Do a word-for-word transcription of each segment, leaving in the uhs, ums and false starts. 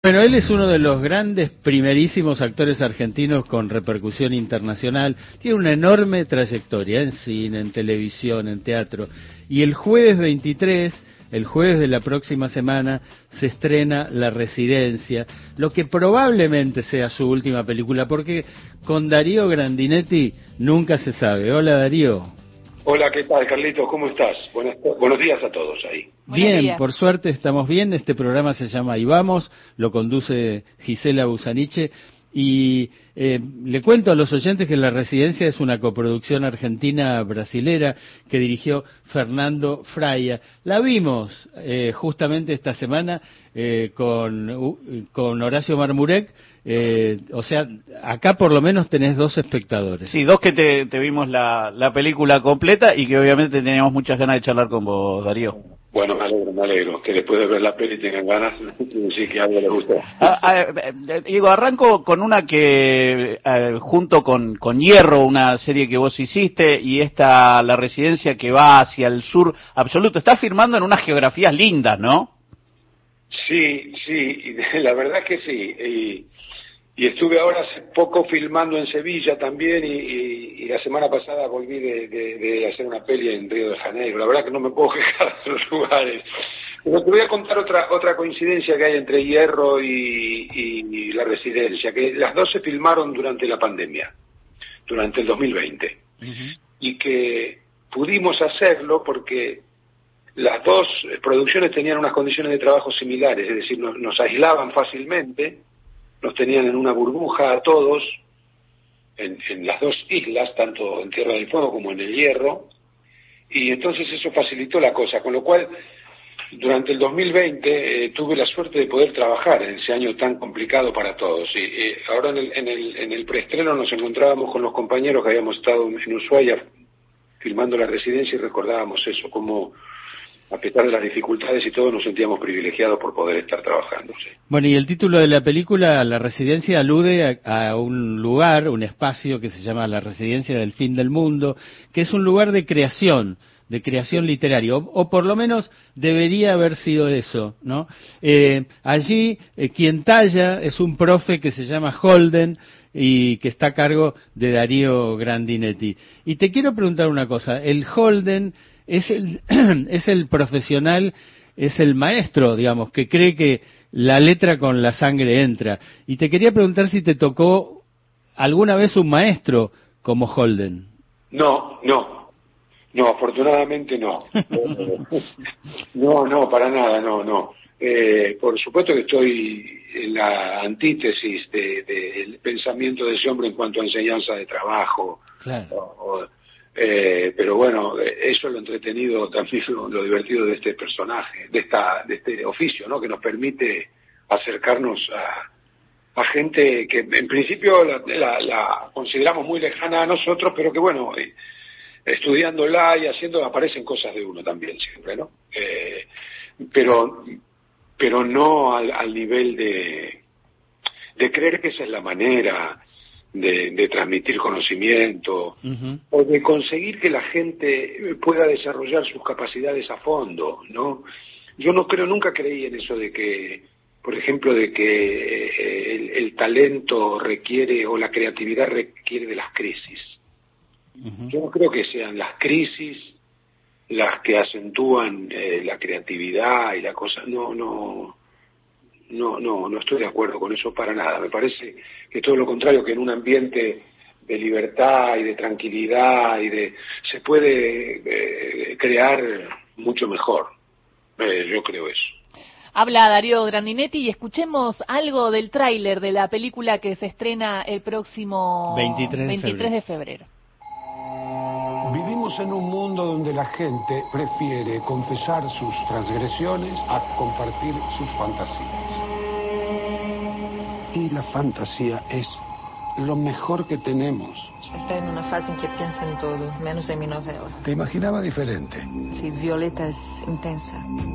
Bueno, él es uno de los grandes, primerísimos actores argentinos con repercusión internacional. Tiene una enorme trayectoria en cine, en televisión, en teatro. Y el jueves veintitrés, el jueves de la próxima semana, se estrena La Residencia, lo que probablemente sea su última película, porque con Darío Grandinetti nunca se sabe. Hola, Darío. Hola, ¿qué tal, Carlitos? ¿Cómo estás? Buenas, buenos días a todos ahí. Bien, por suerte estamos bien. Este programa se llama Y Vamos, lo conduce Gisela Busaniche. Y eh, le cuento a los oyentes que La Residencia es una coproducción argentina-brasilera que dirigió Fernando Fraia. La vimos eh, justamente esta semana eh, con, uh, con Horacio Marmurek. Eh, o sea, acá por lo menos tenés dos espectadores. Sí, dos que te, te vimos la, la película completa y que obviamente teníamos muchas ganas de charlar con vos, Darío. Bueno, me alegro, me alegro. Que después de ver la peli tengan ganas, sí que algo les gustó. Ah, ah, digo, arranco con una que, eh, junto con, con Hierro, una serie que vos hiciste, y esta, La Residencia, que va hacia el sur absoluto. Estás firmando en unas geografías lindas, ¿no? Sí, sí, la verdad que sí. Y, y estuve ahora hace poco filmando en Sevilla también, y, y, y la semana pasada volví de, de, de hacer una peli en Río de Janeiro. La verdad que no me puedo quejar de los lugares. Pero te voy a contar otra otra coincidencia que hay entre Hierro y, y, y La Residencia, que las dos se filmaron durante la pandemia, durante el dos mil veinte. Uh-huh. Y que pudimos hacerlo porque las dos producciones tenían unas condiciones de trabajo similares, es decir, nos, nos aislaban fácilmente, nos tenían en una burbuja a todos, en, en las dos islas, tanto en Tierra del Fuego como en el Hierro, y entonces eso facilitó la cosa, con lo cual durante el dos mil veinte eh, tuve la suerte de poder trabajar en ese año tan complicado para todos. Y eh, ahora en el, en el, en el preestreno nos encontrábamos con los compañeros que habíamos estado en Ushuaia filmando La Residencia y recordábamos eso, como a pesar de las dificultades y todo, nos sentíamos privilegiados por poder estar trabajando. ¿Sí? Bueno, y el título de la película, La Residencia, alude a, a un lugar, un espacio que se llama La Residencia del Fin del Mundo, que es un lugar de creación, de creación literaria, o, o por lo menos debería haber sido eso, ¿no? Eh, allí, eh, quien talla es un profe que se llama Holden, y que está a cargo de Darío Grandinetti. Y te quiero preguntar una cosa, el Holden es el, es el profesional, es el maestro, digamos, que cree que la letra con la sangre entra. Y te quería preguntar si te tocó alguna vez un maestro como Holden. No, no, no, afortunadamente no. No, no, para nada, no, no. Eh, por supuesto que estoy en la antítesis del de, de pensamiento de ese hombre en cuanto a enseñanza de trabajo. Claro. O, o, eh, pero bueno, eso es lo entretenido también, lo, lo divertido de este personaje, de esta de este oficio, ¿no? Que nos permite acercarnos a, a gente que en principio la, la, la consideramos muy lejana a nosotros, pero que bueno, eh, estudiándola y haciendo aparecen cosas de uno también siempre, ¿no? Eh, pero pero no al, al nivel de de creer que esa es la manera de, de transmitir conocimiento, uh-huh, o de conseguir que la gente pueda desarrollar sus capacidades a fondo, ¿no? Yo no creo, nunca creí en eso de que, por ejemplo, de que el, el talento requiere, o la creatividad requiere de las crisis. Uh-huh. Yo no creo que sean las crisis las que acentúan eh, la creatividad y la cosa, no, no, no, no, no estoy de acuerdo con eso para nada. Me parece que todo lo contrario, que en un ambiente de libertad y de tranquilidad y de se puede eh, crear mucho mejor. Eh, yo creo eso. Habla Darío Grandinetti y escuchemos algo del tráiler de la película que se estrena el próximo veintitrés de febrero. veintitrés de febrero. Vivimos en un mundo donde la gente prefiere confesar sus transgresiones a compartir sus fantasías. Y la fantasía es lo mejor que tenemos. Estoy en una fase en que pienso en todo, menos en mi novela. ¿Te imaginaba diferente? Sí, Violeta es intensa.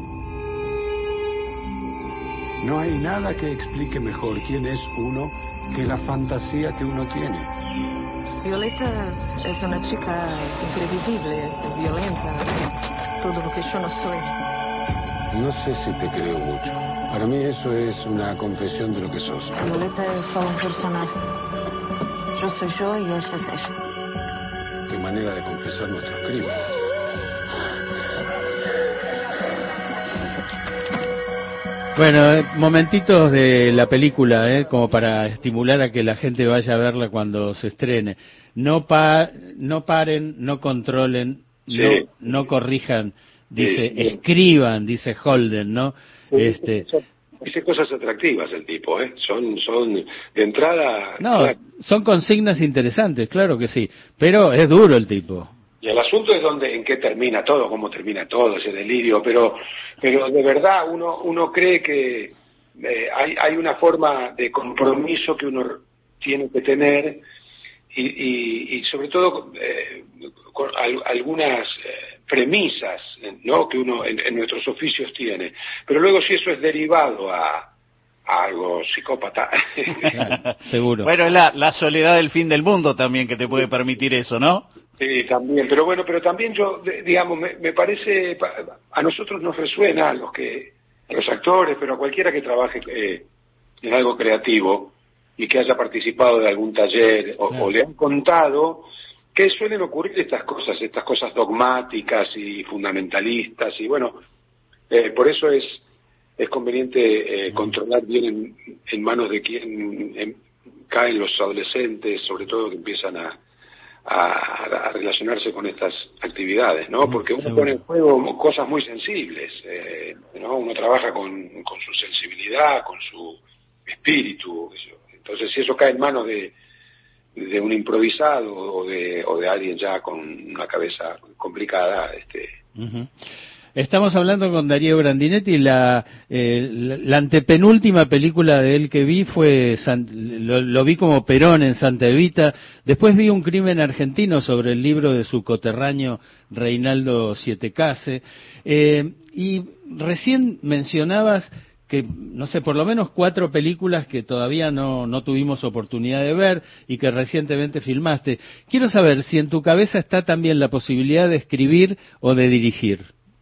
No hay nada que explique mejor quién es uno que la fantasía que uno tiene. Violeta es una chica imprevisible, violenta, todo lo que yo no soy. No sé si te creo mucho. Para mí eso es una confesión de lo que sos. Violeta es solo un personaje. Yo soy yo y ella es ella. Qué manera de confesar nuestros crímenes. Bueno, eh, momentitos de la película, eh, como para estimular a que la gente vaya a verla cuando se estrene. No pa no paren, no controlen, Sí. no, no corrijan, dice, Sí. escriban, dice Holden, ¿no? Este, Dice cosas atractivas el tipo, ¿eh? Son, son de entrada... no, claro. son consignas interesantes, claro que sí, pero es duro el tipo. Y el asunto es donde, en qué termina todo, cómo termina todo, ese delirio, pero, pero de verdad uno, uno cree que eh, hay, hay una forma de compromiso que uno tiene que tener y, y, y sobre todo eh, con al, algunas eh, premisas, ¿no?, que uno en, en nuestros oficios tiene. Pero luego si eso es derivado a, a algo psicópata... Claro, seguro. Bueno, es la, la soledad del fin del mundo también que te puede permitir eso, ¿no? Sí, también, pero bueno, pero también yo, digamos, me, me parece, a nosotros nos resuena, a los que, a los actores, pero a cualquiera que trabaje eh, en algo creativo y que haya participado de algún taller o, Claro. o le han contado que suelen ocurrir estas cosas, estas cosas dogmáticas y fundamentalistas y bueno, eh, por eso es es conveniente eh, controlar bien en, en manos de quien en, caen los adolescentes, sobre todo que empiezan a A, a relacionarse con estas actividades, ¿no? Porque uno Seguro. pone en juego cosas muy sensibles, eh, ¿no? Uno trabaja con, con su sensibilidad, con su espíritu, eso. Entonces si eso cae en manos de, de un improvisado o de, o de alguien ya con una cabeza complicada, este... Uh-huh. Estamos hablando con Darío Grandinetti, la, eh, la, la antepenúltima película de él que vi fue, San, lo, lo vi como Perón en Santa Evita, después vi Un crimen argentino sobre el libro de su coterráneo Reinaldo Sietecase, eh, y recién mencionabas que, no sé, por lo menos cuatro películas que todavía no, no tuvimos oportunidad de ver y que recientemente filmaste. Quiero saber si en tu cabeza está también la posibilidad de escribir o de dirigir.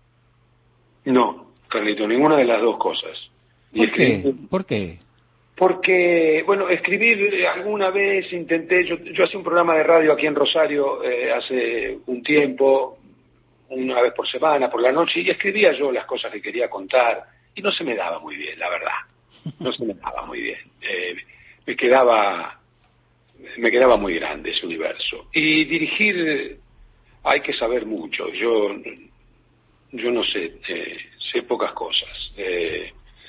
No, Carlito, ninguna de las dos cosas. ¿Por qué? ¿Por qué? Porque, bueno, escribir alguna vez intenté, yo, yo hacía un programa de radio aquí en Rosario eh, hace un tiempo, una vez por semana, por la noche, y escribía yo las cosas que quería contar, y no se me daba muy bien, la verdad, no se me daba muy bien. Eh, me quedaba, me quedaba muy grande ese universo. Y dirigir hay que saber mucho, yo... Yo no sé, eh, sé pocas cosas eh,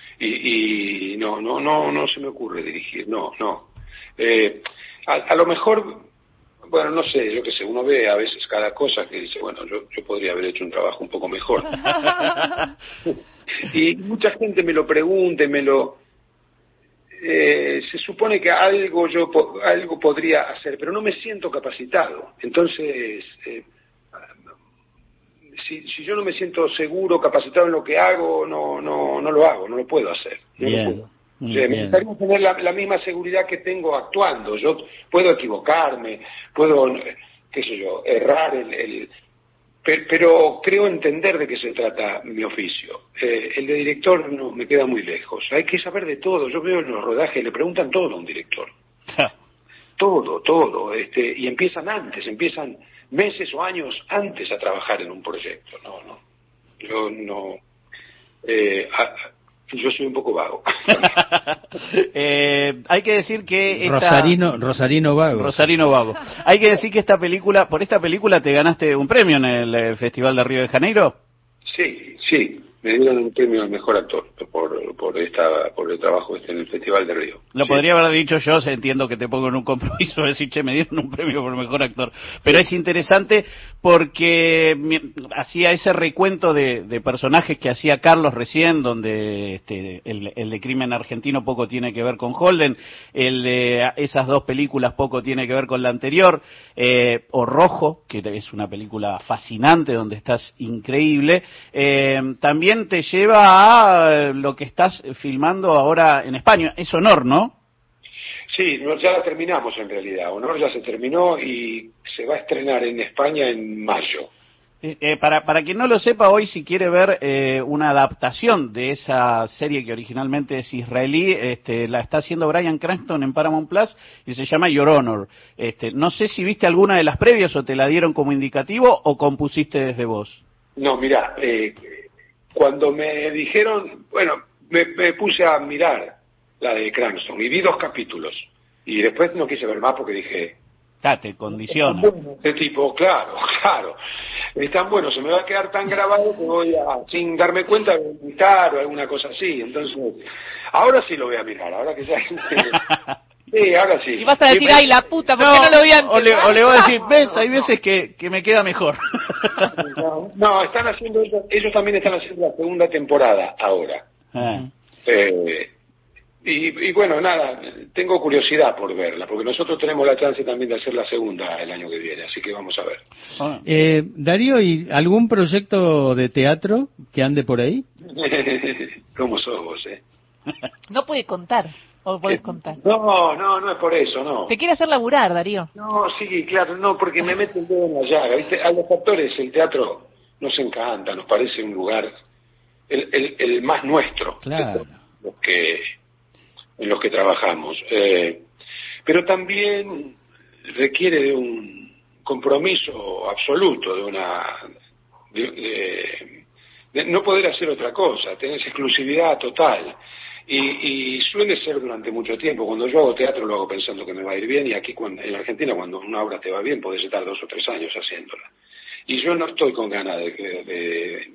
y, y no, no, no, no se me ocurre dirigir, no, no. Eh, a, a lo mejor, bueno, no sé, yo qué sé, uno ve a veces cada cosa que dice, bueno, yo, yo podría haber hecho un trabajo un poco mejor. Y mucha gente me lo pregunta, y me lo, eh, se supone que algo yo po- algo podría hacer, pero no me siento capacitado. Entonces, eh, Si, si yo no me siento seguro, capacitado en lo que hago, no no no lo hago, no lo puedo hacer. No Bien, lo puedo. muy O sea, me bien. gustaría tener la, la misma seguridad que tengo actuando. Yo puedo equivocarme, puedo, eh, qué sé yo, errar, el, el pero, pero creo entender de qué se trata mi oficio. Eh, el de director no me queda muy lejos. Hay que saber de todo. Yo veo en los rodajes, le preguntan todo a un director. Todo, todo. Este, y empiezan antes, empiezan... meses o años antes a trabajar en un proyecto. No, no. Yo no... Eh, a, yo soy un poco vago. eh, hay que decir que esta... Rosarino, Rosarino Vago. Rosarino Vago. Hay que decir que esta película, por esta película te ganaste un premio en el eh, Festival de Río de Janeiro. Sí, sí. Me dieron un premio al mejor actor por por esta por el trabajo este en el Festival de Río. Lo Sí. podría haber dicho yo, entiendo que te pongo en un compromiso de decir, che, me dieron un premio por mejor actor. Pero es interesante porque mi- hacía ese recuento de, de personajes que hacía Carlos recién, donde este, el, el de Crimen Argentino poco tiene que ver con Holden, el de esas dos películas poco tiene que ver con la anterior, eh, o Rojo, que es una película fascinante, donde estás increíble, eh, también te lleva a lo que estás filmando ahora en España. Es Honor, ¿no? Sí, no, ya la terminamos en realidad. Honor ya se terminó y se va a estrenar en España en mayo. Eh, eh, para, para quien no lo sepa, hoy si quiere ver eh, una adaptación de esa serie que originalmente es israelí, este, la está haciendo Bryan Cranston en Paramount Plus y se llama Your Honor. Este, no sé si viste alguna de las previas o te la dieron como indicativo o compusiste desde vos. No, mirá, eh, cuando me dijeron, bueno, me, me puse a mirar la de Cranston y vi dos capítulos y después no quise ver más porque dije... Ah, te condiciona. Este tipo, claro, claro. Es tan bueno, se me va a quedar tan grabado que voy a, sin darme cuenta, a gritar o alguna cosa así. Entonces, ahora sí lo voy a mirar, ahora que ya... Sí, ahora sí. Y vas a decir, sí, ay, la puta, ¿por qué no, no lo vi antes? O le, o le voy a decir, ves, hay veces que, que me queda mejor. No, no, están haciendo, ellos, ellos también están haciendo la segunda temporada ahora. Ah. Eh, y, y bueno, nada, tengo curiosidad por verla, porque nosotros tenemos la chance también de hacer la segunda el año que viene, así que vamos a ver. Eh, Darío, ¿y algún proyecto de teatro que ande por ahí? ¿Cómo sos vos, eh? No puede contar, o podés contar. No, no, no es por eso, no. Te quiere hacer laburar, Darío. No, sí, claro, no, porque me mete el dedo en la llaga, ¿viste? A los actores el teatro nos encanta, nos parece un lugar, el, el, el más nuestro. Claro. Los que... en los que trabajamos, eh, pero también requiere de un compromiso absoluto, de una de, de, de no poder hacer otra cosa, tener exclusividad total, y, y suele ser durante mucho tiempo. Cuando yo hago teatro lo hago pensando que me va a ir bien, y aquí cuando, en Argentina cuando una obra te va bien podés estar dos o tres años haciéndola, y yo no estoy con ganas de, de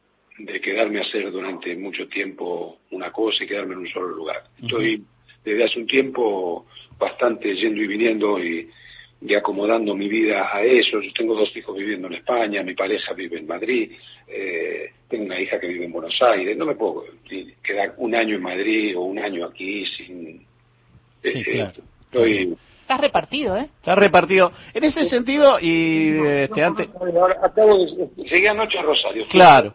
de quedarme a hacer durante mucho tiempo una cosa y quedarme en un solo lugar. Estoy uh-huh. desde hace un tiempo bastante yendo y viniendo y, y acomodando mi vida a eso. Yo tengo dos hijos viviendo en España, mi pareja vive en Madrid, eh, tengo una hija que vive en Buenos Aires. No me puedo quedar un año en Madrid o un año aquí sin... Sí, eh, claro. Estoy... Estás repartido, ¿eh? Estás repartido. En ese sentido, y este, antes... Ahora acabo de... Llegué anoche a Rosario. Claro.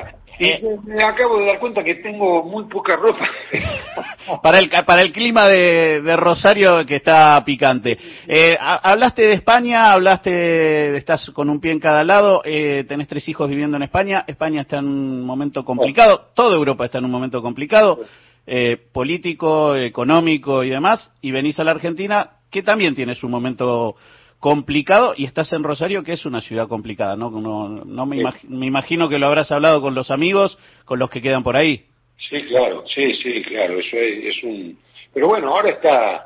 Y eh, me acabo de dar cuenta que tengo muy poca ropa. para el para el clima de, de Rosario que está picante. Eh, hablaste de España, hablaste de, estás con un pie en cada lado, eh, tenés tres hijos viviendo en España. España está en un momento complicado, toda Europa está en un momento complicado, eh, político, económico y demás, y venís a la Argentina, que también tiene su momento complicado, y estás en Rosario, que es una ciudad complicada, ¿no? No, no me, imag- me imagino que lo habrás hablado con los amigos, con los que quedan por ahí. Sí, claro, sí, sí, claro, eso es, es un... Pero bueno, ahora está...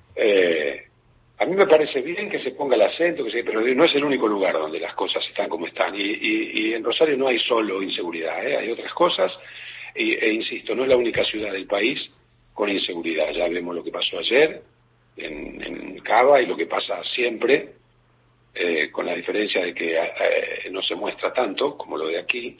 Eh, a mí me parece bien que se ponga el acento, que se... pero no es el único lugar donde las cosas están como están, y, y, y en Rosario no hay solo inseguridad, ¿eh? Hay otras cosas, y, e insisto, no es la única ciudad del país con inseguridad. Ya vemos lo que pasó ayer en, en Cava y lo que pasa siempre, eh, con la diferencia de que eh, no se muestra tanto como lo de aquí.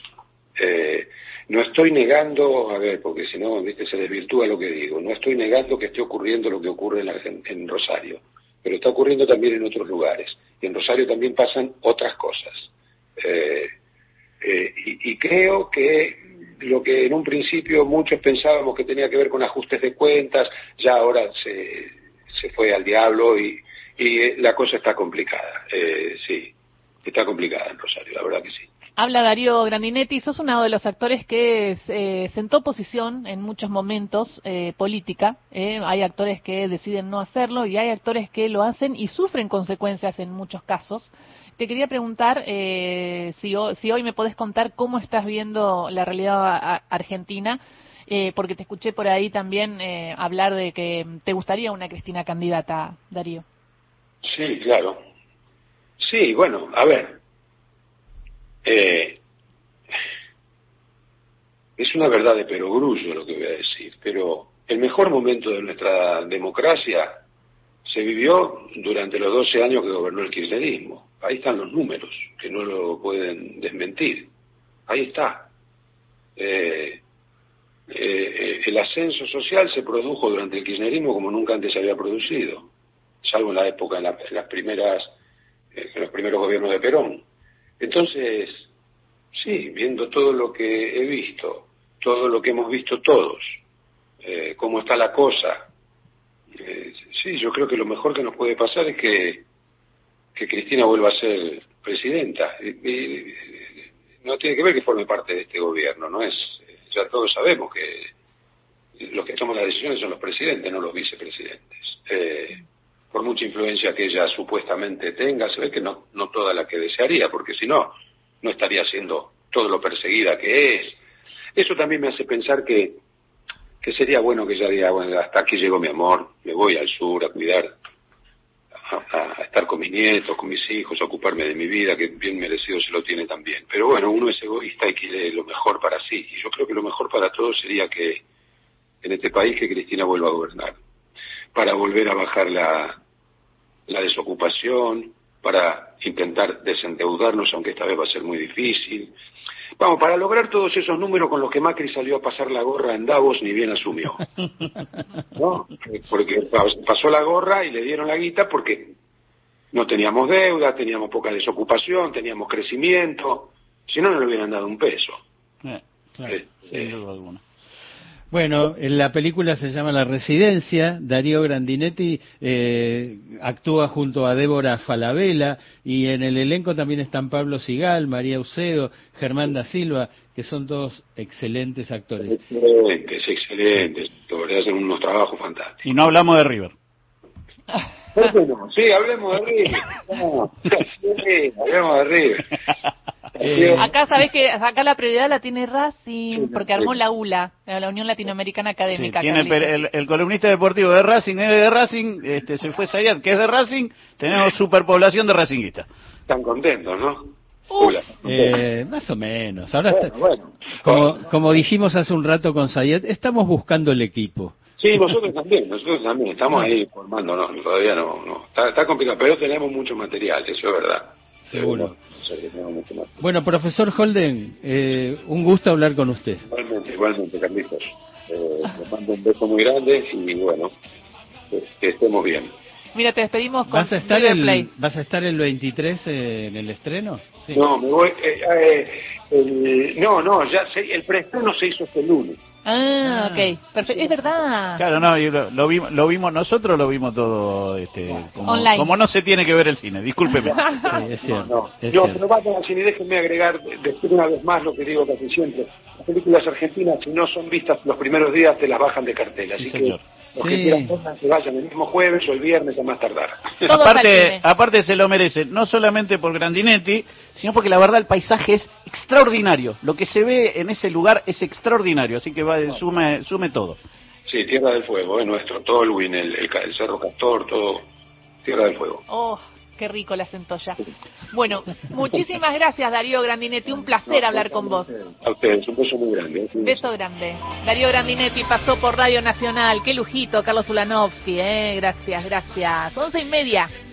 Eh, no estoy negando, a ver, porque si no, viste, se desvirtúa lo que digo, no estoy negando que esté ocurriendo lo que ocurre en, la, en Rosario, pero está ocurriendo también en otros lugares, y en Rosario también pasan otras cosas. Eh, eh, y, y creo que lo que en un principio muchos pensábamos que tenía que ver con ajustes de cuentas, ya ahora se, se fue al diablo y, y la cosa está complicada. Eh, sí, está complicada en Rosario, la verdad que sí. Habla Darío Grandinetti, sos uno de los actores que eh, sentó posición en muchos momentos eh, política. Eh, hay actores que deciden no hacerlo y hay actores que lo hacen y sufren consecuencias en muchos casos. Te quería preguntar eh, si, si hoy me podés contar cómo estás viendo la realidad a, a argentina, eh, porque te escuché por ahí también eh, hablar de que te gustaría una Cristina candidata, Darío. Sí, claro. Sí, bueno, a ver. Eh, es una verdad de perogrullo lo que voy a decir, pero el mejor momento de nuestra democracia se vivió durante los doce años que gobernó el kirchnerismo. Ahí están los números, que no lo pueden desmentir. Ahí está. Eh, eh, el ascenso social se produjo durante el kirchnerismo como nunca antes se había producido, salvo en la época, en, la, en las primeras, en los primeros gobiernos de Perón. Entonces, sí, viendo todo lo que he visto, todo lo que hemos visto todos, eh, cómo está la cosa, eh, sí, yo creo que lo mejor que nos puede pasar es que, que Cristina vuelva a ser presidenta. Y, y, no tiene que ver que forme parte de este gobierno, no es, ya todos sabemos que los que toman las decisiones son los presidentes, no los vicepresidentes. Eh, por mucha influencia que ella supuestamente tenga, se ve que no, no toda la que desearía, porque si no, no estaría siendo todo lo perseguida que es. Eso también me hace pensar que, que sería bueno que ella diga, bueno, hasta aquí llegó mi amor, me voy al sur a cuidar, a, a estar con mis nietos, con mis hijos, a ocuparme de mi vida, que bien merecido se lo tiene también. Pero bueno, uno es egoísta y quiere lo mejor para sí, y yo creo que lo mejor para todos sería que en este país que Cristina vuelva a gobernar, para volver a bajar la, la desocupación, para intentar desendeudarnos, aunque esta vez va a ser muy difícil. Vamos, para lograr todos esos números con los que Macri salió a pasar la gorra en Davos, ni bien asumió, ¿no? Porque pasó la gorra y le dieron la guita porque no teníamos deuda, teníamos poca desocupación, teníamos crecimiento, si no, no le hubieran dado un peso. Eh, claro, eh, sin duda alguna. Bueno, en la película se llama La Residencia. Darío Grandinetti eh, actúa junto a Débora Falabella y en el elenco también están Pablo Sigal, María Ucedo, Germán da Silva, que son todos excelentes actores. Excelentes, excelentes, hacen unos trabajos fantásticos. Y no hablamos de River. ¿Por qué no? Sí, hablemos de River. No, sí, hablemos de River. Eh, Acá sabés que acá la prioridad la tiene Racing porque armó la U L A, la Unión Latinoamericana Académica. Sí, tiene el, el, el columnista deportivo de Racing, es de Racing, este, se fue Zayat, que es de Racing, tenemos superpoblación de racinguistas. Están contentos, ¿no? Uf. Ula, eh, más o menos. Ahora, bueno, está- bueno. como, como dijimos hace un rato con Sayed, estamos buscando el equipo. Sí, nosotros también, nosotros también, estamos ahí formándonos, todavía no, no, está, está complicado, pero tenemos mucho material, eso es verdad. Seguro. Sí, tenemos mucho material. Bueno, profesor Holden, eh, un gusto hablar con usted. Igualmente, igualmente, Carlitos. Eh, les mando un beso muy grande y bueno, que, que estemos bien. Mira, te despedimos con ¿Vas a estar River el, Plate. ¿vas a estar el veintitrés eh, en el estreno? Sí. No, me voy, eh, eh, el- no, no, ya se, el preestreno se hizo este lunes. Ah, Ah. ok. Perfecto. Es verdad. Claro, no, y lo, lo, vimos, lo vimos nosotros, lo vimos todo este, como, Online. como no se tiene que ver el cine, discúlpeme. Sí, es cierto. No, es yo, cierto. pero vayan al cine, déjenme agregar, decir una vez más lo que digo casi siempre. Las películas argentinas, si no son vistas los primeros días, te las bajan de cartel. Así Sí, que señor. los Sí. que quieran verlas, se vayan el mismo jueves o el viernes a más tardar. Todos al aparte, cine. aparte se lo merece, no solamente por Grandinetti, sino porque la verdad el paisaje es extraordinario. Lo que se ve en ese lugar es extraordinario, así que va, sume, sume todo. Sí, Tierra del Fuego, es nuestro, Tolwyn, el, el, el Cerro Castor, todo, Tierra del Fuego. Oh, qué rico la centolla. Bueno, muchísimas gracias, Darío Grandinetti. Un placer hablar con vos. A ustedes, un beso muy grande. ¿eh? Beso grande. Darío Grandinetti pasó por Radio Nacional. Qué lujito, Carlos Ulanovsky, ¿eh? Gracias, gracias. Once y media.